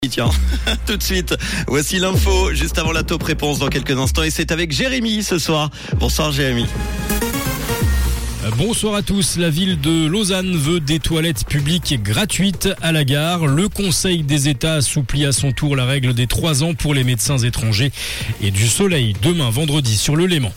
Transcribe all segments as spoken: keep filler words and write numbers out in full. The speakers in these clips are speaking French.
Tiens, tout de suite, voici l'info, juste avant la taupe réponse dans quelques instants, et c'est avec Jérémy ce soir. Bonsoir Jérémy. Bonsoir à tous. La ville de Lausanne veut des toilettes publiques gratuites à la gare. Le Conseil des États assouplit à son tour la règle des trois ans pour les médecins étrangers. Et du soleil demain vendredi sur le Léman.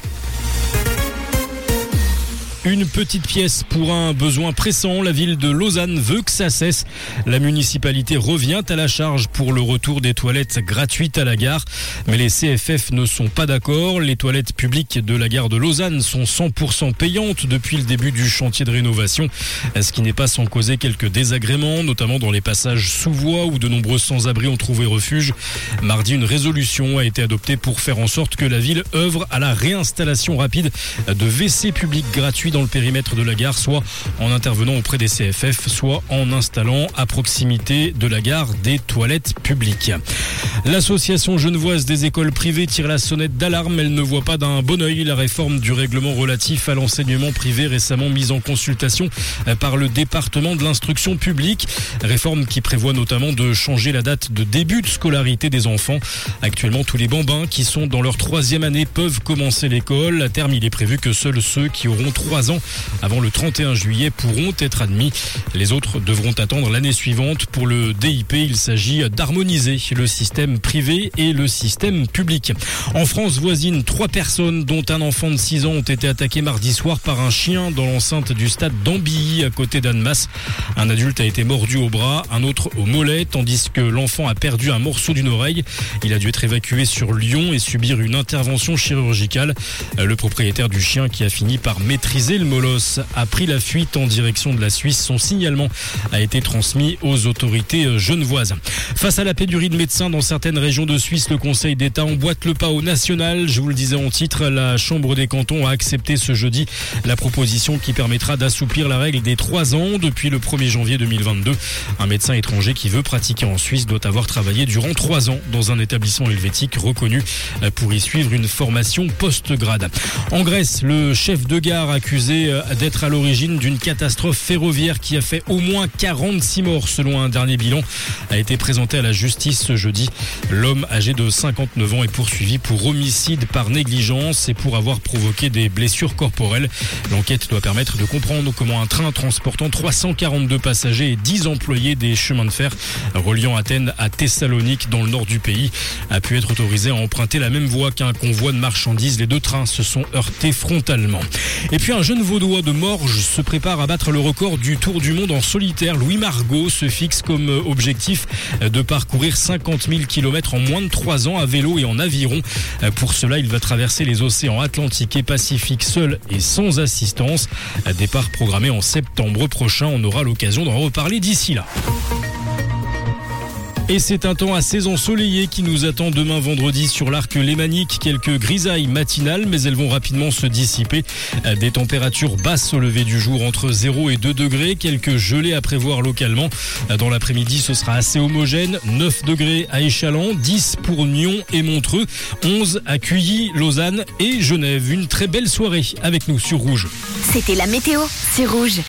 Une petite pièce pour un besoin pressant. La ville de Lausanne veut que ça cesse. La municipalité revient à la charge pour le retour des toilettes gratuites à la gare. Mais les C F F ne sont pas d'accord. Les toilettes publiques de la gare de Lausanne sont cent pour cent payantes depuis le début du chantier de rénovation. Ce qui n'est pas sans causer quelques désagréments, notamment dans les passages sous voie où de nombreux sans-abri ont trouvé refuge. Mardi, une résolution a été adoptée pour faire en sorte que la ville œuvre à la réinstallation rapide de W C publics gratuits dans le périmètre de la gare, soit en intervenant auprès des C F F, soit en installant à proximité de la gare des toilettes publiques. L'association genevoise des écoles privées tire la sonnette d'alarme. Elle ne voit pas d'un bon œil la réforme du règlement relatif à l'enseignement privé récemment mise en consultation par le département de l'instruction publique. Réforme qui prévoit notamment de changer la date de début de scolarité des enfants. Actuellement, tous les bambins qui sont dans leur troisième année peuvent commencer l'école. À terme, il est prévu que seuls ceux qui auront trois ans avant le trente et un juillet pourront être admis. Les autres devront attendre l'année suivante. Pour le D I P, il s'agit d'harmoniser le système privé et le système public. En France voisine, trois personnes, dont un enfant de six ans, ont été attaquées mardi soir par un chien dans l'enceinte du stade d'Ambilly, à côté d'Annemasse. Un adulte a été mordu au bras, un autre au mollet, tandis que l'enfant a perdu un morceau d'une oreille. Il a dû être évacué sur Lyon et subir une intervention chirurgicale. Le propriétaire du chien, qui a fini par maîtriser le molosse, a pris la fuite en direction de la Suisse. Son signalement a été transmis aux autorités genevoises. Face à la pénurie de médecins dans certaines régions de Suisse, le Conseil d'État emboîte le pas au national. Je vous le disais en titre, la Chambre des cantons a accepté ce jeudi la proposition qui permettra d'assouplir la règle des trois ans depuis le premier janvier deux mille vingt-deux. Un médecin étranger qui veut pratiquer en Suisse doit avoir travaillé durant trois ans dans un établissement helvétique reconnu pour y suivre une formation post-grade. En Grèce, le chef de gare accusé d'être à l'origine d'une catastrophe ferroviaire qui a fait au moins quarante-six morts selon un dernier bilan a été présenté à la justice ce jeudi. L'homme âgé de cinquante-neuf ans est poursuivi pour homicide par négligence et pour avoir provoqué des blessures corporelles. L'enquête doit permettre de comprendre comment un train transportant trois cent quarante-deux passagers et dix employés des chemins de fer reliant Athènes à Thessalonique dans le nord du pays a pu être autorisé à emprunter la même voie qu'un convoi de marchandises. Les deux trains se sont heurtés frontalement. Et puis un jeune vaudois de Morges se prépare à battre le record du Tour du Monde en solitaire. Louis Margot se fixe comme objectif de parcourir cinquante mille kilomètres en moins de trois ans à vélo et en aviron. Pour cela, il va traverser les océans Atlantique et Pacifique seul et sans assistance. Départ programmé en septembre prochain. On aura l'occasion d'en reparler d'ici là. Et c'est un temps assez ensoleillé qui nous attend demain vendredi sur l'arc lémanique. Quelques grisailles matinales, mais elles vont rapidement se dissiper. Des températures basses au lever du jour entre zéro et deux degrés. Quelques gelées à prévoir localement. Dans l'après-midi, ce sera assez homogène. neuf degrés à Échallens, dix pour Nyon et Montreux, onze à Cuilly, Lausanne et Genève. Une très belle soirée avec nous sur Rouge. C'était la météo sur Rouge.